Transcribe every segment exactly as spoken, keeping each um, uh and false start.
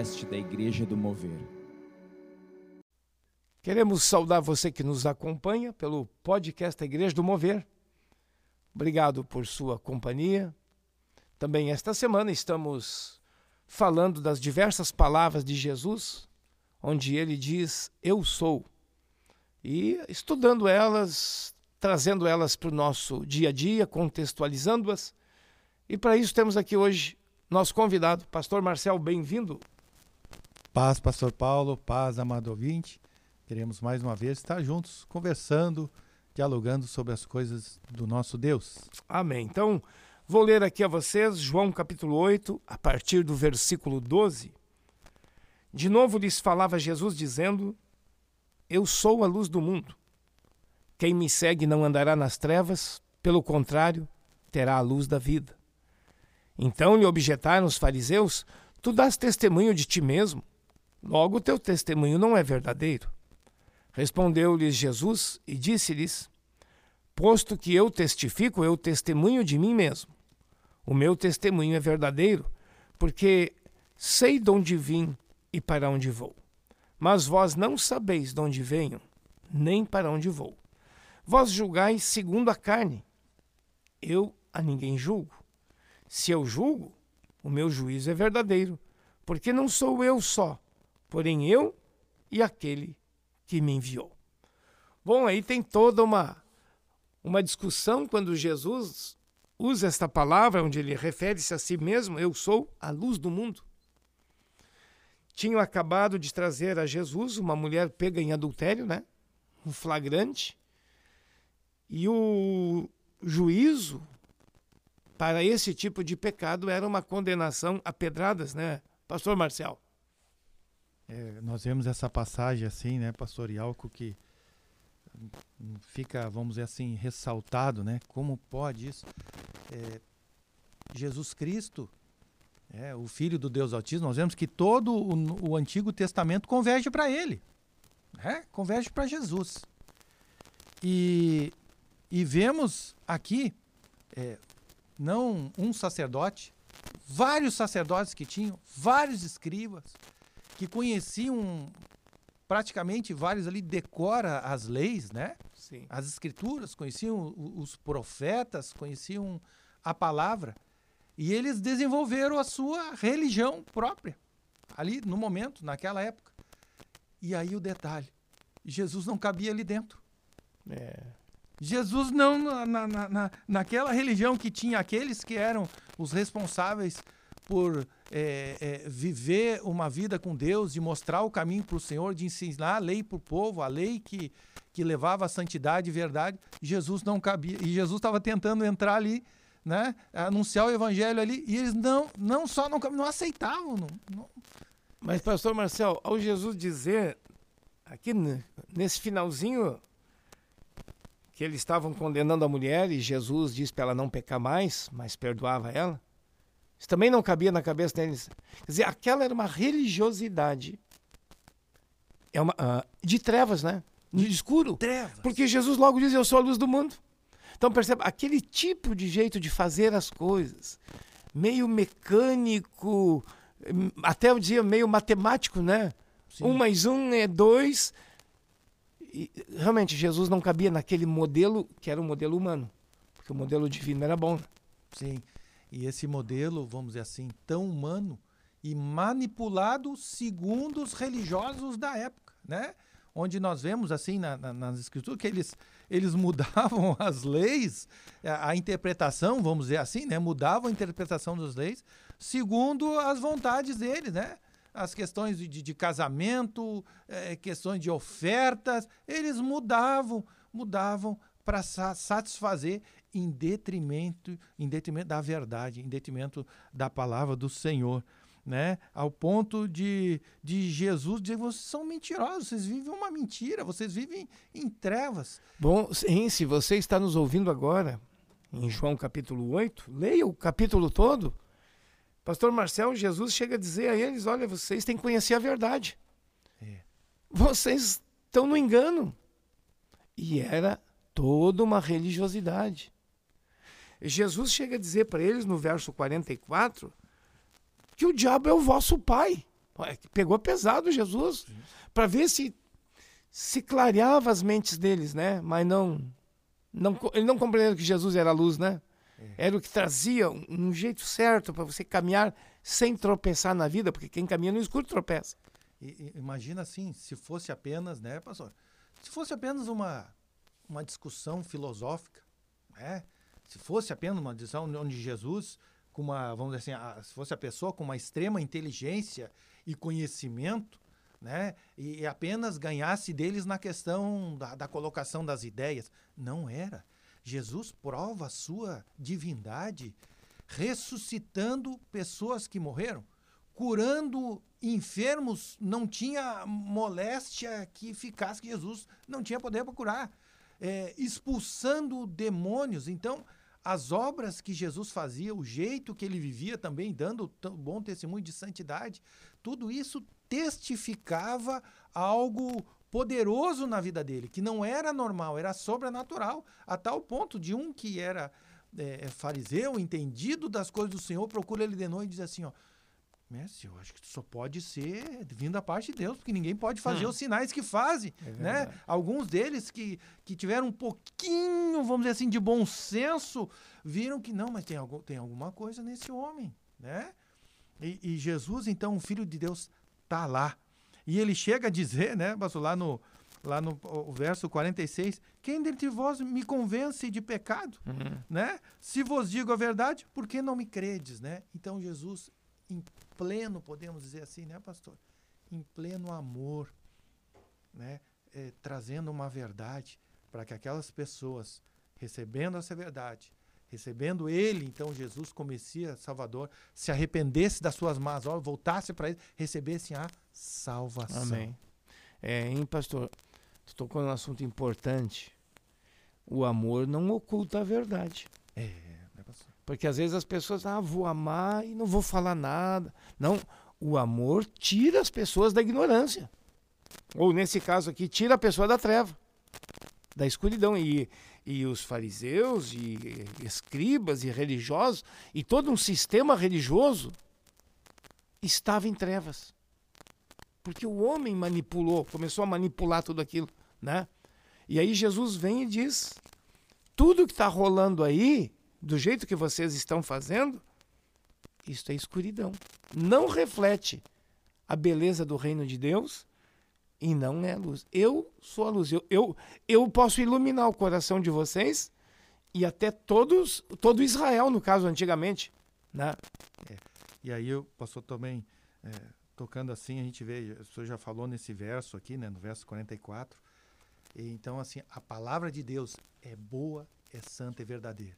podcast da Igreja do Mover. Queremos saudar você que nos acompanha pelo podcast da Igreja do Mover. Obrigado por sua companhia. Também esta semana estamos falando das diversas palavras de Jesus, onde ele diz, eu sou. E estudando elas, trazendo elas para o nosso dia a dia, contextualizando-as. E para isso temos aqui hoje nosso convidado, pastor Marcel, bem-vindo. Paz, pastor Paulo, paz, amado ouvinte. Queremos mais uma vez estar juntos, conversando, dialogando sobre as coisas do nosso Deus. Amém. Então, vou ler aqui a vocês João capítulo oito, a partir do versículo doze. De novo lhes falava Jesus dizendo, eu sou a luz do mundo. Quem me segue não andará nas trevas, pelo contrário, terá a luz da vida. Então lhe objetaram os fariseus, tu dás testemunho de ti mesmo, logo teu testemunho não é verdadeiro. Respondeu-lhes Jesus e disse-lhes, posto que eu testifico, eu testemunho de mim mesmo. O meu testemunho é verdadeiro, porque sei de onde vim e para onde vou. Mas vós não sabeis de onde venho, nem para onde vou. Vós julgais segundo a carne. Eu a ninguém julgo. Se eu julgo, o meu juízo é verdadeiro, porque não sou eu só, porém eu e aquele que me enviou. Bom, aí tem toda uma, uma discussão quando Jesus usa esta palavra, onde ele refere-se a si mesmo, eu sou a luz do mundo. Tinham acabado de trazer a Jesus uma mulher pega em adultério, né? Um flagrante. E o juízo para esse tipo de pecado era uma condenação a pedradas, né, pastor Marcel? É, nós vemos essa passagem assim, né, pastor Ialco, que fica, vamos dizer assim, ressaltado, né? Como pode isso? É, Jesus Cristo, é, o Filho do Deus Altíssimo, nós vemos que todo o, o Antigo Testamento converge para ele, né? Converge para Jesus. E, e vemos aqui, é, não um sacerdote, vários sacerdotes que tinham, vários escribas, que conheciam praticamente vários ali, decora as leis, né? Sim. As escrituras, conheciam os profetas, conheciam a palavra, e eles desenvolveram a sua religião própria, ali no momento, naquela época. E aí o detalhe, Jesus não cabia ali dentro. É... Jesus não, na, na, na, naquela religião que tinha aqueles que eram os responsáveis por é, é, viver uma vida com Deus, de mostrar o caminho para o Senhor, de ensinar a lei para o povo, a lei que, que levava a santidade e verdade, Jesus não cabia. E Jesus estava tentando entrar ali, né, anunciar o evangelho ali, e eles não, não só não, não aceitavam. Não, não. Mas, pastor Marcel, ao Jesus dizer, aqui nesse finalzinho, que eles estavam condenando a mulher e Jesus disse para ela não pecar mais, mas perdoava ela. Isso também não cabia na cabeça deles. Quer dizer, aquela era uma religiosidade é uma, uh, de trevas, né? De escuro. Trevas. Porque Jesus logo diz, eu sou a luz do mundo. Então percebe, aquele tipo de jeito de fazer as coisas, meio mecânico, até eu dizia meio matemático, né? Sim. Um mais um é dois... E, realmente, Jesus não cabia naquele modelo que era um modelo humano, porque o modelo divino era bom. Sim, e esse modelo, vamos dizer assim, tão humano e manipulado segundo os religiosos da época, né? Onde nós vemos, assim, na, na, nas escrituras, que eles, eles mudavam as leis, a, a interpretação, vamos dizer assim, né? Mudavam a interpretação das leis segundo as vontades deles, né? As questões de, de, de casamento, é, questões de ofertas, eles mudavam, mudavam para sa- satisfazer em detrimento, em detrimento da verdade, em detrimento da palavra do Senhor, né? Ao ponto de, de Jesus dizer, vocês são mentirosos, vocês vivem uma mentira, vocês vivem em trevas. Bom, sim, se você está nos ouvindo agora, em João capítulo oito, leia o capítulo todo. Pastor Marcel, Jesus chega a dizer a eles, olha, vocês têm que conhecer a verdade. É. Vocês estão no engano. E era toda uma religiosidade. Jesus chega a dizer para eles no verso quarenta e quatro que o diabo é o vosso pai. Pegou pesado Jesus, para ver se, se clareava as mentes deles, né? Mas não, não, ele não compreendeu que Jesus era a luz, né? É. Era o que trazia um, um jeito certo para você caminhar sem tropeçar na vida, porque quem caminha no escuro tropeça. E, e, imagina assim, se fosse apenas, né, pastor? Se fosse apenas uma, uma discussão filosófica, né? Se fosse apenas uma discussão onde Jesus, com uma, vamos dizer assim, a, se fosse a pessoa com uma extrema inteligência e conhecimento, né, e, e apenas ganhasse deles na questão da, da colocação das ideias. Não era. Jesus prova a sua divindade ressuscitando pessoas que morreram, curando enfermos, não tinha moléstia que ficasse, que Jesus não tinha poder para curar, é, expulsando demônios. Então, as obras que Jesus fazia, o jeito que ele vivia também, dando bom testemunho de santidade, tudo isso testificava algo poderoso na vida dele, que não era normal, era sobrenatural, a tal ponto de um que era é, fariseu, entendido das coisas do Senhor, procura ele de noite e diz assim, ó, mestre, eu acho que só pode ser vindo da parte de Deus, porque ninguém pode fazer hum. os sinais que fazem, é né? Alguns deles que, que tiveram um pouquinho, vamos dizer assim, de bom senso, viram que não, mas tem, algo, tem alguma coisa nesse homem, né? E, e Jesus, então, o Filho de Deus, está lá. E ele chega a dizer, né, pastor, lá no, lá no o verso quarenta e seis, quem dentre vós me convence de pecado, uhum. né? Se vos digo a verdade, por que não me credes, né? Então, Jesus, em pleno, podemos dizer assim, né, pastor? Em pleno amor, né? É, trazendo uma verdade para que aquelas pessoas, recebendo essa verdade, recebendo ele, então Jesus como Messias, Salvador, se arrependesse das suas más obras, voltasse para ele, recebessem a salvação. Amém. É, hein, pastor? Tu tocou num assunto importante. O amor não oculta a verdade. É, né, pastor? Porque às vezes as pessoas, ah, vou amar e não vou falar nada. Não, o amor tira as pessoas da ignorância. Ou nesse caso aqui, tira a pessoa da treva, da escuridão. E, e os fariseus, e escribas, e religiosos, e todo um sistema religioso estava em trevas. Porque o homem manipulou, começou a manipular tudo aquilo, né? E aí Jesus vem e diz, tudo que está rolando aí, do jeito que vocês estão fazendo, isso é escuridão. Não reflete a beleza do reino de Deus e não é a luz. Eu sou a luz. Eu, eu, eu posso iluminar o coração de vocês e até todos, todo Israel, no caso, antigamente, né? É. E aí eu pastor também, é, tocando assim, a gente vê, o senhor já falou nesse verso aqui, né, no verso quarenta e quatro, e então assim, a palavra de Deus é boa, é santa e verdadeira.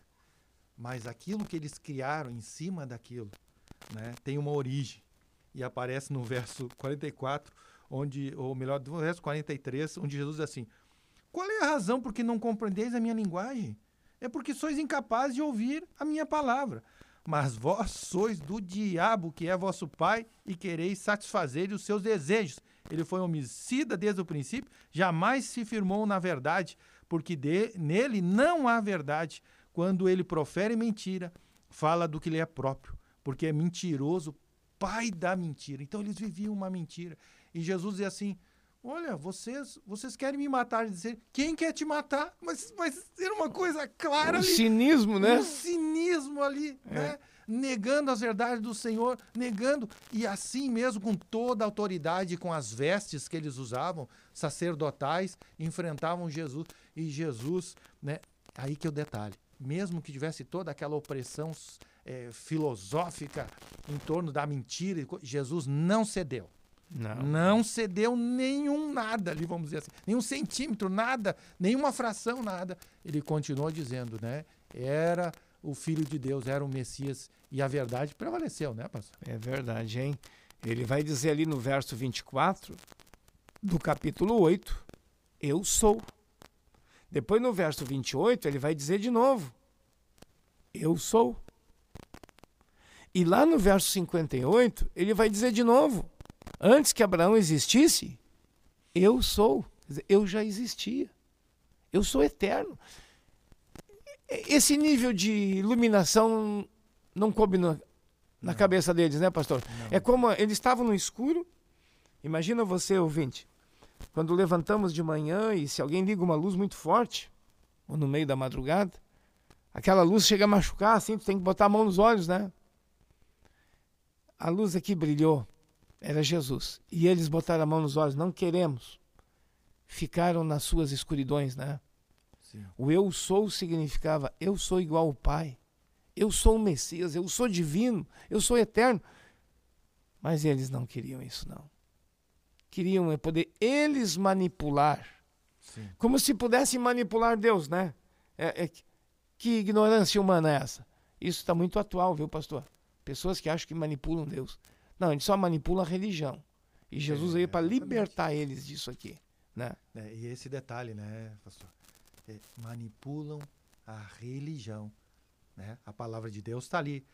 Mas aquilo que eles criaram em cima daquilo, né, tem uma origem. E aparece no verso quarenta e quatro, onde, ou melhor, no verso quarenta e três, onde Jesus diz assim, qual é a razão por que não compreendeis a minha linguagem? É porque sois incapazes de ouvir a minha palavra. Mas vós sois do diabo, que é vosso pai, e quereis satisfazer os seus desejos. Ele foi homicida desde o princípio, jamais se firmou na verdade, porque de, nele não há verdade. Quando ele profere mentira, fala do que lhe é próprio, porque é mentiroso, pai da mentira. Então eles viviam uma mentira. E Jesus diz assim, olha, vocês, vocês querem me matar, dizer, quem quer te matar? Mas, mas era uma coisa clara um ali. cinismo, né? Um cinismo ali, é. né? Negando as verdades do Senhor, negando, e assim mesmo com toda a autoridade, com as vestes que eles usavam, sacerdotais, enfrentavam Jesus. E Jesus, né? Aí que é o detalhe, mesmo que tivesse toda aquela opressão é, filosófica em torno da mentira, Jesus não cedeu. Não. Não cedeu nenhum nada ali, vamos dizer assim, nenhum centímetro, nada, nenhuma fração, nada. Ele continuou dizendo, né? Era o Filho de Deus, era o Messias, e a verdade prevaleceu, né, pastor? É verdade, hein? Ele vai dizer ali no verso vinte e quatro do capítulo oito, eu sou. Depois no verso vinte e oito, ele vai dizer de novo, eu sou. E lá no verso cinquenta e oito, ele vai dizer de novo, antes que Abraão existisse, eu sou. Eu já existia. Eu sou eterno. Esse nível de iluminação não coube no, na Não. cabeça deles, né, pastor? Não. É como eles estavam no escuro. Imagina você, ouvinte, quando levantamos de manhã e se alguém liga uma luz muito forte, ou no meio da madrugada, aquela luz chega a machucar, assim, tu tem que botar a mão nos olhos, né? A luz aqui brilhou, era Jesus. E eles botaram a mão nos olhos, não queremos. Ficaram nas suas escuridões, né? Sim. O eu sou significava, eu sou igual ao Pai. Eu sou o Messias, eu sou divino, eu sou eterno. Mas eles não queriam isso, não. Queriam poder eles manipular. Sim. Como se pudessem manipular Deus, né? É, é, que ignorância humana é essa? Isso está muito atual, viu, pastor? Pessoas que acham que manipulam Deus. Não, eles só manipulam a religião. E Jesus É, veio para exatamente. libertar eles disso aqui, né? É, e esse detalhe, né, pastor? É, manipulam a religião, né? A palavra de Deus está ali,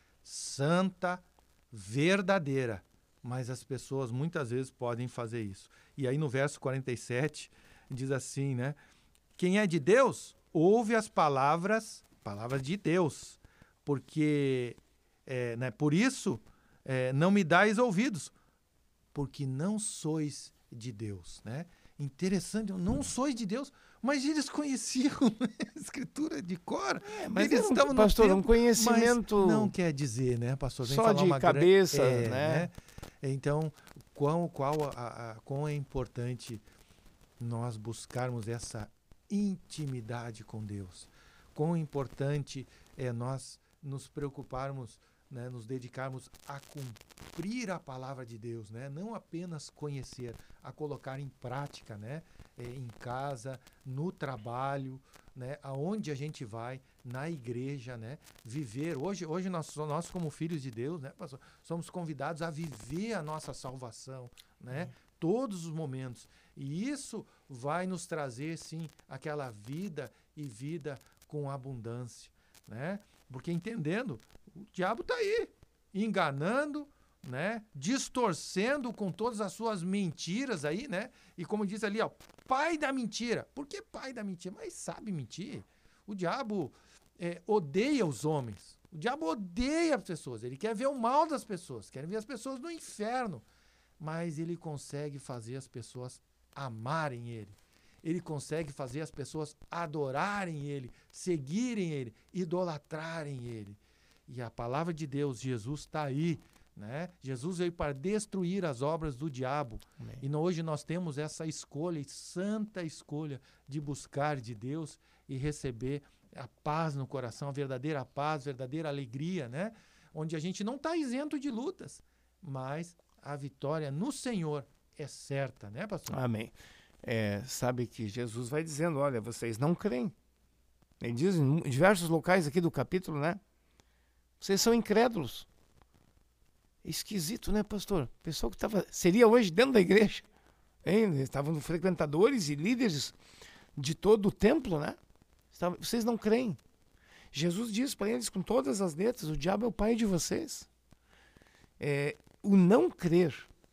santa, verdadeira, mas as pessoas muitas vezes podem fazer isso. E aí no verso quarenta e sete diz assim, né? Quem é de Deus, ouve as palavras, palavras de Deus, porque, é, né, por isso, é, não me dais ouvidos, porque não sois de Deus, né? Interessante, não sois de Deus, mas eles conheciam a escritura de cor. É, mas eles era um, estavam no pastor, um templo, conhecimento mas não quer dizer, né, pastor? Vem só falar de uma cabeça, grande, é, né? Então, qual, qual a, a, quão é importante nós buscarmos essa intimidade com Deus. Quão importante é nós nos preocuparmos, né, nos dedicarmos a cumprir a palavra de Deus, né? Não apenas conhecer, a colocar em prática, né? É, em casa, no trabalho, né? Aonde a gente vai, na igreja, né? Viver. Hoje, hoje nós, nós como filhos de Deus, né, pastor, somos convidados a viver a nossa salvação, né? Uhum. Todos os momentos. E isso vai nos trazer, sim, aquela vida e vida com abundância, né? Porque entendendo, o diabo está aí, enganando, né? Distorcendo com todas as suas mentiras aí, né? E como diz ali, ó, pai da mentira. Por que pai da mentira? Mas sabe mentir. O diabo é, odeia os homens. O diabo odeia as pessoas. Ele quer ver o mal das pessoas, quer ver as pessoas no inferno. Mas ele consegue fazer as pessoas amarem ele. Ele consegue fazer as pessoas adorarem ele, seguirem ele, idolatrarem ele. E a palavra de Deus, Jesus está aí, né? Jesus veio para destruir as obras do diabo. Amém. E hoje nós temos essa escolha, santa escolha, de buscar de Deus e receber a paz no coração, a verdadeira paz, a verdadeira alegria, né? Onde a gente não está isento de lutas, mas a vitória no Senhor é certa, né, pastor? Amém. É, sabe que Jesus vai dizendo, olha, vocês não creem. Ele diz em diversos locais aqui do capítulo, né? Vocês são incrédulos. Esquisito, né, pastor? Pessoal que estava, seria hoje dentro da igreja. Hein? Estavam frequentadores e líderes de todo o templo, né? Estavam, vocês não creem. Jesus diz para eles com todas as letras, o diabo é o pai de vocês. É, o não crer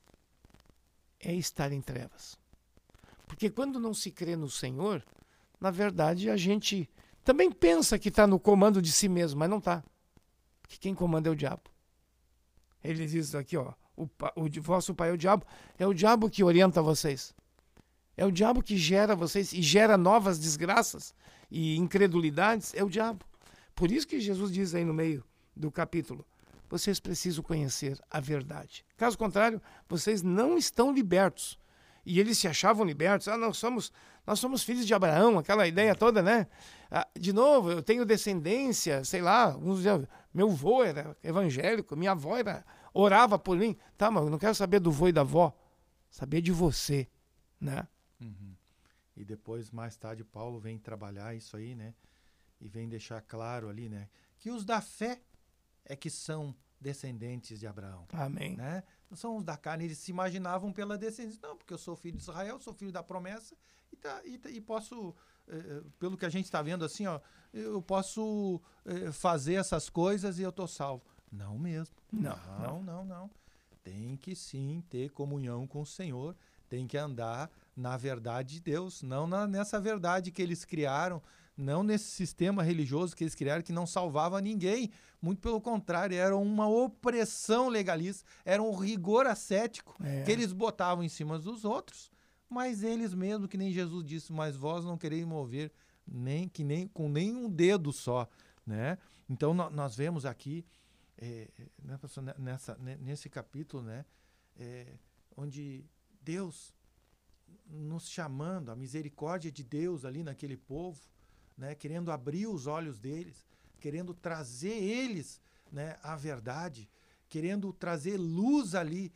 é estar em trevas. Porque quando não se crê no Senhor, na verdade a gente também pensa que está no comando de si mesmo, mas não está. Porque quem comanda é o diabo. Ele diz aqui, ó, o, o vosso pai é o diabo, é o diabo que orienta vocês. É o diabo que gera vocês e gera novas desgraças e incredulidades, é o diabo. Por isso que Jesus diz aí no meio do capítulo, vocês precisam conhecer a verdade. Caso contrário, vocês não estão libertos. E eles se achavam libertos. Ah, nós somos, nós somos filhos de Abraão, aquela ideia toda, né? Ah, de novo, eu tenho descendência, sei lá, alguns diziam, meu avô era evangélico, minha avó era, orava por mim. Tá, mas eu não quero saber do vô e da avó, saber de você, né? Uhum. E depois, mais tarde, Paulo vem trabalhar isso aí, né? E vem deixar claro ali, né? Que os da fé é que são descendentes de Abraão. Amém. Né? Não são os da carne, eles se imaginavam pela descendência. Não, porque eu sou filho de Israel, sou filho da promessa e, tá, e, e posso, eh, pelo que a gente está vendo assim, ó, eu posso eh, fazer essas coisas e eu estou salvo. Não mesmo. Não, não, não, não, não. Tem que sim ter comunhão com o Senhor, tem que andar na verdade de Deus, não na, nessa verdade que eles criaram, Não nesse sistema religioso que eles criaram, que não salvava ninguém. Muito pelo contrário, era uma opressão legalista, era um rigor ascético É. que eles botavam em cima dos outros, mas eles mesmos, que nem Jesus disse, mas vós não quereis mover nem, que nem, com nenhum dedo só, né? Então, no, nós vemos aqui, é, né, pastor, nessa, nesse capítulo, né, é, onde Deus nos chamando, a misericórdia de Deus ali naquele povo, né, querendo abrir os olhos deles, querendo trazer eles, né, à verdade, querendo trazer luz ali.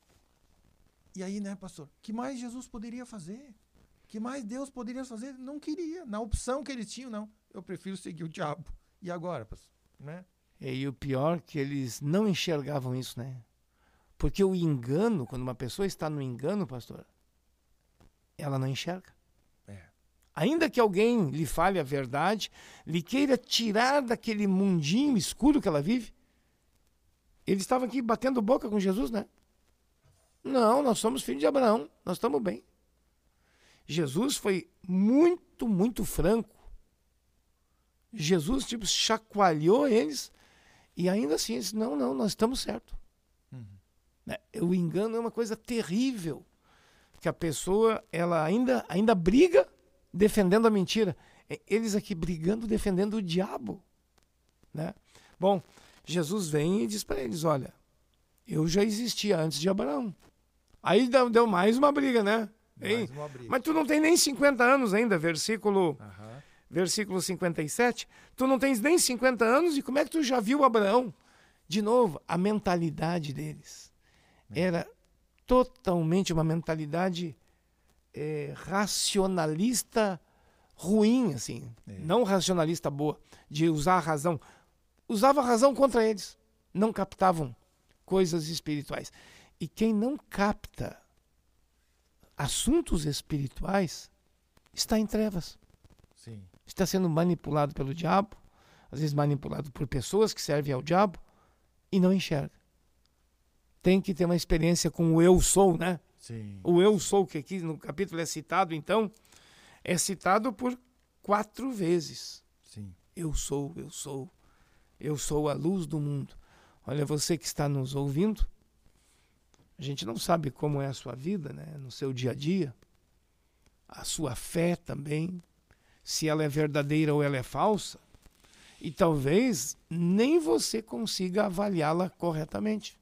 E aí, né, pastor, que mais Jesus poderia fazer? Que mais Deus poderia fazer? Não queria. Na opção que eles tinham, não. Eu prefiro seguir o diabo. E agora, pastor? Né? E o pior é que eles não enxergavam isso, né? Porque o engano, quando uma pessoa está no engano, pastor, ela não enxerga. É. Ainda que alguém lhe fale a verdade, lhe queira tirar daquele mundinho escuro que ela vive, eles estavam aqui batendo boca com Jesus, né? Não, nós somos filhos de Abraão, nós estamos bem. Jesus foi muito, muito franco. Jesus, tipo, chacoalhou eles e ainda assim, eles, não, não, nós estamos certos. Uhum. Né? O engano é uma coisa terrível, que a pessoa, ela ainda, ainda briga defendendo a mentira. Eles aqui brigando, defendendo o diabo. Né? Bom, Jesus vem e diz para eles, olha, eu já existia antes de Abraão. Aí deu, deu mais uma briga, né? Mais uma briga. Mas tu não tem nem cinquenta anos ainda, versículo, Uhum. versículo cinquenta e sete. Tu não tens nem cinquenta anos e como é que tu já viu Abraão? De novo, a mentalidade deles era totalmente uma mentalidade é, racionalista ruim, assim. É. Não racionalista boa, de usar a razão. Usava a razão contra eles. Não captavam coisas espirituais. E quem não capta assuntos espirituais está em trevas. Sim. Está sendo manipulado pelo diabo, às vezes manipulado por pessoas que servem ao diabo e não enxerga. Tem que ter uma experiência com o eu sou, né? Sim. O eu sou, que aqui no capítulo é citado, então, é citado por quatro vezes. Sim. Eu sou, eu sou, eu sou a luz do mundo. Olha, você que está nos ouvindo, a gente não sabe como é a sua vida, né? No seu dia a dia, a sua fé também, se ela é verdadeira ou ela é falsa, e talvez nem você consiga avaliá-la corretamente.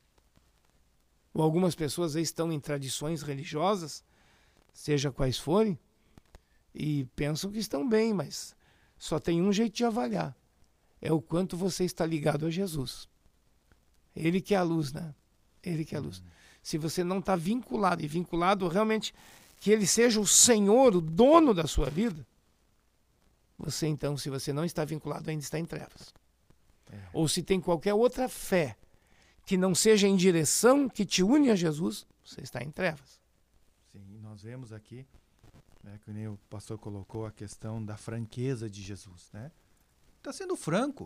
Ou algumas pessoas aí estão em tradições religiosas, seja quais forem, e pensam que estão bem, mas só tem um jeito de avaliar. É o quanto você está ligado a Jesus. Ele que é a luz, né? Ele que é a luz. Se você não está vinculado, e vinculado realmente que ele seja o Senhor, o dono da sua vida, você então, se você não está vinculado, ainda está em trevas. É. Ou se tem qualquer outra fé que não seja em direção, que te une a Jesus, você está em trevas. Sim, e nós vemos aqui, né, que nem o pastor colocou, a questão da franqueza de Jesus, né? Está sendo franco,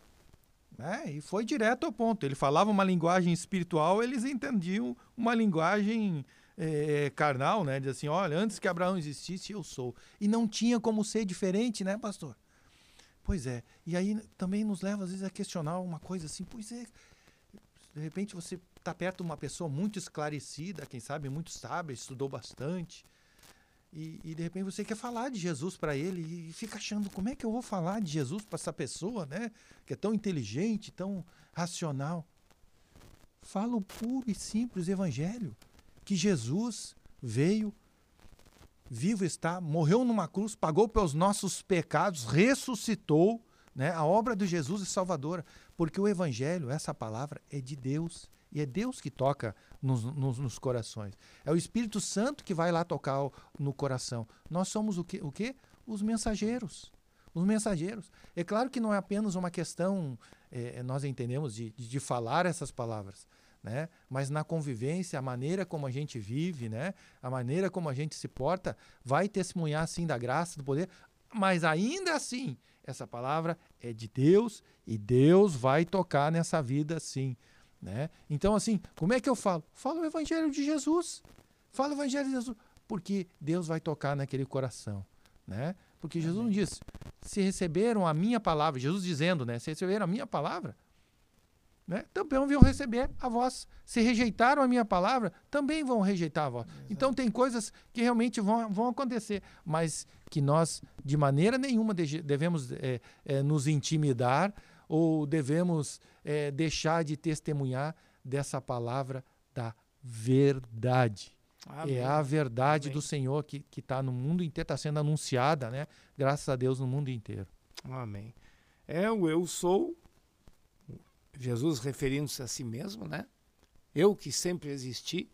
né? E foi direto ao ponto. Ele falava uma linguagem espiritual, eles entendiam uma linguagem é, carnal, né? Diz assim, olha, antes que Abraão existisse, eu sou. E não tinha como ser diferente, né, pastor? Pois é. E aí também nos leva, às vezes, a questionar uma coisa assim, pois é, de repente você está perto de uma pessoa muito esclarecida, quem sabe muito sábia, estudou bastante, e, e de repente você quer falar de Jesus para ele e fica achando, como é que eu vou falar de Jesus para essa pessoa, né? Que é tão inteligente, tão racional. Fala o puro e simples evangelho, que Jesus veio, vivo está, morreu numa cruz, pagou pelos nossos pecados, ressuscitou, né? A obra de Jesus é salvadora, porque o evangelho, essa palavra, é de Deus. E é Deus que toca nos, nos, nos corações. É o Espírito Santo que vai lá tocar o, no coração. Nós somos o quê? o quê? Os mensageiros. Os mensageiros. É claro que não é apenas uma questão, é, nós entendemos, de, de, de falar essas palavras, né? Mas na convivência, a maneira como a gente vive, né? A maneira como a gente se porta, vai testemunhar, sim, da graça, do poder. Mas ainda assim, essa palavra é de Deus e Deus vai tocar nessa vida, sim. Né? Então, assim, como é que eu falo? Falo o evangelho de Jesus. Falo o evangelho de Jesus. Porque Deus vai tocar naquele coração. Né? Porque Jesus não diz, se receberam a minha palavra, Jesus dizendo, né? Se receberam a minha palavra, né, também vão receber a vós. Se rejeitaram a minha palavra, também vão rejeitar a vós. Exato. Então tem coisas que realmente vão, vão acontecer, mas que nós, de maneira nenhuma, devemos é, é, nos intimidar ou devemos é, deixar de testemunhar dessa palavra da verdade. Amém. É a verdade Amém. Do Senhor que está no mundo inteiro, está sendo anunciada, né? Graças a Deus, no mundo inteiro. Amém. É o eu sou, Jesus referindo-se a si mesmo, né? Eu que sempre existi,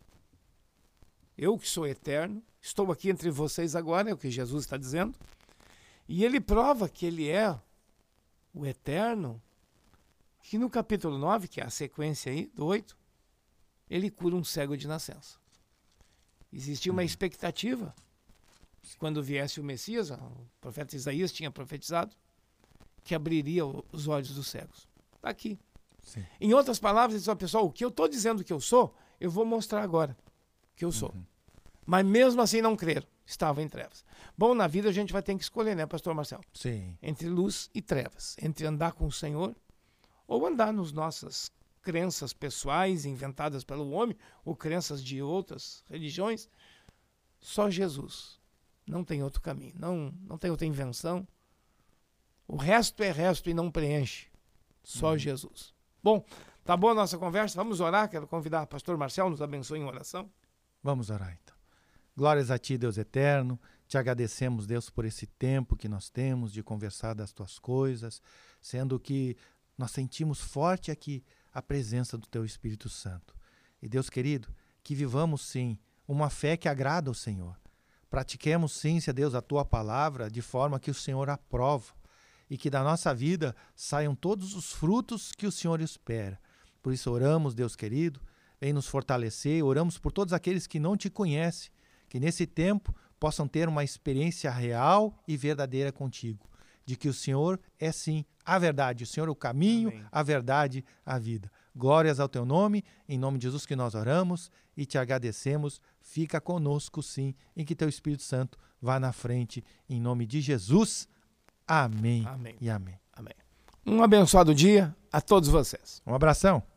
eu que sou eterno, estou aqui entre vocês agora, é o que Jesus está dizendo. E ele prova que ele é o eterno, que no capítulo nove, que é a sequência aí, do oito, ele cura um cego de nascença. Existia uma expectativa que quando viesse o Messias, o profeta Isaías tinha profetizado, que abriria os olhos dos cegos. Está aqui. Sim. Em outras palavras, ele diz, ó, pessoal, o que eu estou dizendo que eu sou, eu vou mostrar agora que eu sou. Uhum. Mas mesmo assim não creram, estavam em trevas. Bom, na vida a gente vai ter que escolher, né, pastor Marcelo? Sim. Entre luz e trevas, entre andar com o Senhor ou andar nas nossas crenças pessoais inventadas pelo homem ou crenças de outras religiões. Só Jesus. Não tem outro caminho, não, não tem outra invenção. O resto é resto e não preenche. Só uhum. Jesus. Bom, tá boa a nossa conversa, vamos orar, quero convidar o pastor Marcelo, nos abençoe em oração. Vamos orar então. Glórias a ti, Deus eterno, te agradecemos, Deus, por esse tempo que nós temos de conversar das tuas coisas, sendo que nós sentimos forte aqui a presença do teu Espírito Santo. E Deus querido, que vivamos sim uma fé que agrada ao Senhor. Pratiquemos sim, se Deus, a tua palavra de forma que o Senhor aprova. E que da nossa vida saiam todos os frutos que o Senhor espera. Por isso oramos, Deus querido, vem nos fortalecer, oramos por todos aqueles que não te conhecem, que nesse tempo possam ter uma experiência real e verdadeira contigo, de que o Senhor é sim a verdade, o Senhor é o caminho, Amém. A verdade, a vida. Glórias ao teu nome, em nome de Jesus que nós oramos e te agradecemos, fica conosco sim, e que teu Espírito Santo vá na frente, em nome de Jesus. Amém, amém e amém. Amém. Um abençoado dia a todos vocês. Um abração.